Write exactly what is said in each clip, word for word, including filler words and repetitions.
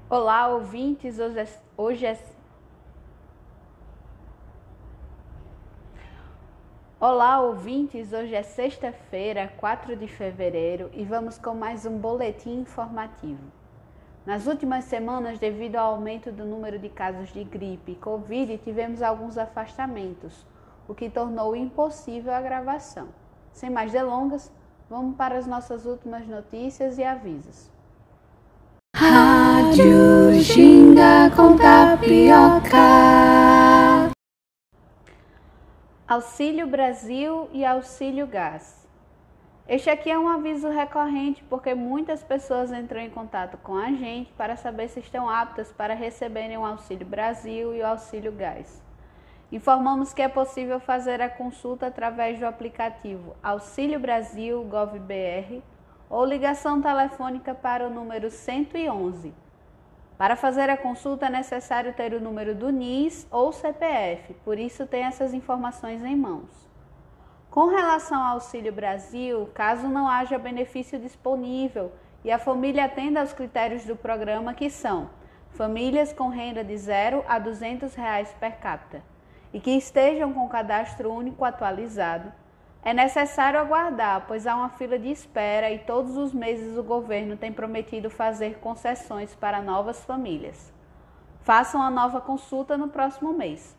Olá, ouvintes. Hoje é, hoje é... Olá, ouvintes. Hoje é sexta-feira, quatro de fevereiro, e vamos com mais um boletim informativo. Nas últimas semanas, devido ao aumento do número de casos de gripe e Covid, tivemos alguns afastamentos, o que tornou impossível a gravação. Sem mais delongas, vamos para as nossas últimas notícias e avisos. Rádio Ginga com Tapioca. Auxílio Brasil e Auxílio Gás. Este aqui é um aviso recorrente porque muitas pessoas entram em contato com a gente para saber se estão aptas para receberem o Auxílio Brasil e o Auxílio Gás. Informamos que é possível fazer a consulta através do aplicativo Auxílio Brasil Gov.br ou ligação telefônica para o número cento e onze. Para fazer a consulta é necessário ter o número do N I S ou C P F, por isso tem essas informações em mãos. Com relação ao Auxílio Brasil, caso não haja benefício disponível e a família atenda aos critérios do programa, que são famílias com renda de zero a duzentos reais per capita e que estejam com cadastro único atualizado, é necessário aguardar, pois há uma fila de espera e todos os meses o governo tem prometido fazer concessões para novas famílias. Façam a nova consulta no próximo mês.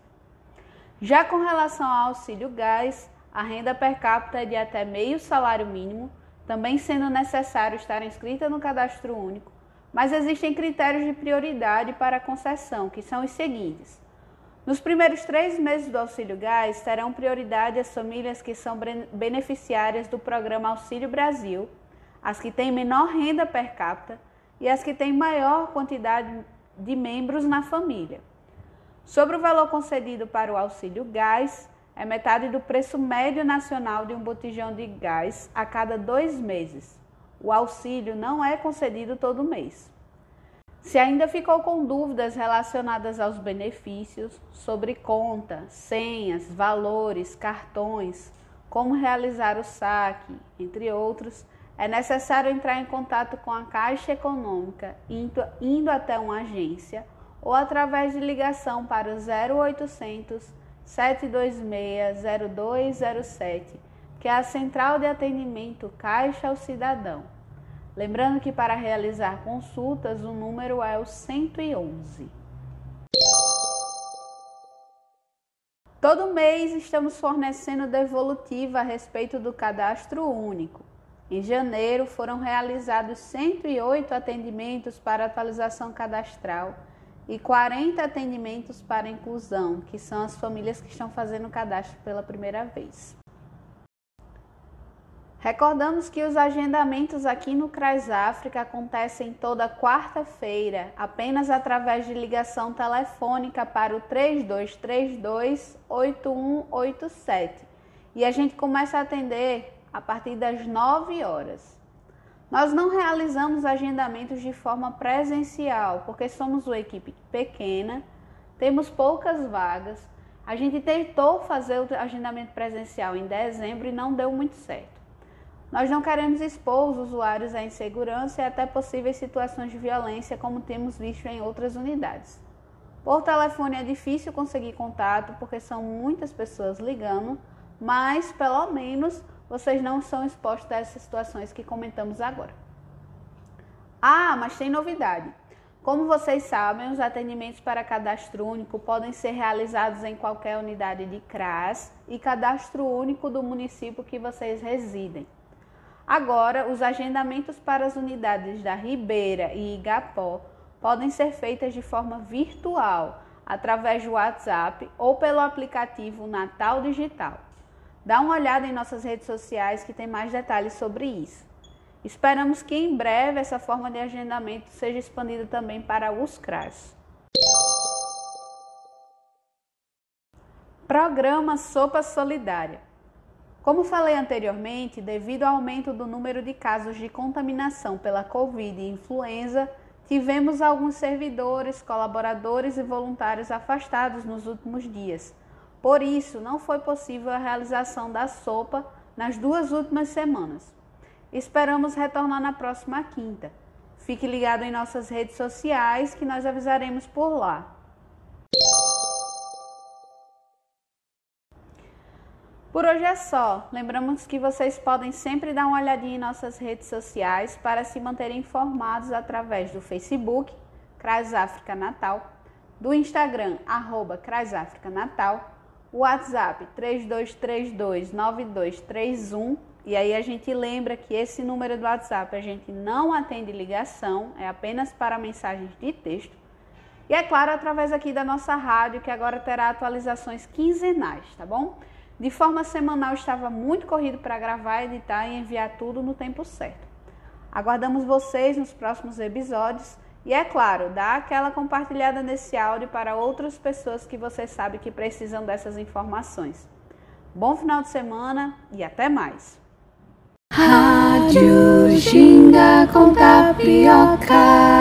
Já com relação ao Auxílio Gás, a renda per capita é de até meio salário mínimo, também sendo necessário estar inscrita no cadastro único, mas existem critérios de prioridade para a concessão, que são os seguintes. Nos primeiros três meses do Auxílio Gás, terão prioridade as famílias que são beneficiárias do programa Auxílio Brasil, as que têm menor renda per capita e as que têm maior quantidade de membros na família. Sobre o valor concedido para o Auxílio Gás, é metade do preço médio nacional de um botijão de gás a cada dois meses. O auxílio não é concedido todo mês. Se ainda ficou com dúvidas relacionadas aos benefícios, sobre conta, senhas, valores, cartões, como realizar o saque, entre outros, é necessário entrar em contato com a Caixa Econômica, indo, indo até uma agência ou através de ligação para o zero oitocentos, sete dois seis, zero dois zero sete, que é a Central de Atendimento Caixa ao Cidadão. Lembrando que para realizar consultas o número é o cento e onze. Todo mês estamos fornecendo devolutiva a respeito do cadastro único. Em janeiro foram realizados cento e oito atendimentos para atualização cadastral e quarenta atendimentos para inclusão, que são as famílias que estão fazendo o cadastro pela primeira vez. Recordamos que os agendamentos aqui no CRAS África acontecem toda quarta-feira, apenas através de ligação telefônica para o três dois três dois, oito um oito sete. E a gente começa a atender a partir das nove horas. Nós não realizamos agendamentos de forma presencial, porque somos uma equipe pequena, temos poucas vagas. A gente tentou fazer o agendamento presencial em dezembro e não deu muito certo. Nós não queremos expor os usuários à insegurança e até possíveis situações de violência, como temos visto em outras unidades. Por telefone é difícil conseguir contato, porque são muitas pessoas ligando, mas pelo menos vocês não são expostos a essas situações que comentamos agora. Ah, mas tem novidade. Como vocês sabem, os atendimentos para cadastro único podem ser realizados em qualquer unidade de CRAS e cadastro único do município que vocês residem. Agora, os agendamentos para as unidades da Ribeira e Igapó podem ser feitos de forma virtual, através do WhatsApp ou pelo aplicativo Natal Digital. Dá uma olhada em nossas redes sociais que tem mais detalhes sobre isso. Esperamos que em breve essa forma de agendamento seja expandida também para os CRAS. Programa Sopa Solidária. Como falei anteriormente, devido ao aumento do número de casos de contaminação pela Covid e influenza, tivemos alguns servidores, colaboradores e voluntários afastados nos últimos dias. Por isso, não foi possível a realização da sopa nas duas últimas semanas. Esperamos retornar na próxima quinta. Fique ligado em nossas redes sociais que nós avisaremos por lá. Por hoje é só. Lembramos que vocês podem sempre dar uma olhadinha em nossas redes sociais para se manterem informados através do Facebook, CRAS África Natal, do Instagram, arroba CRAS África Natal, o WhatsApp três dois três dois, nove dois três um, e aí a gente lembra que esse número do WhatsApp a gente não atende ligação, é apenas para mensagens de texto. E é claro, através aqui da nossa rádio, que agora terá atualizações quinzenais, tá bom? De forma semanal estava muito corrido para gravar, editar e enviar tudo no tempo certo. Aguardamos vocês nos próximos episódios e, é claro, dá aquela compartilhada nesse áudio para outras pessoas que você sabe que precisam dessas informações. Bom final de semana e até mais! Rádio Ginga com Tapioca.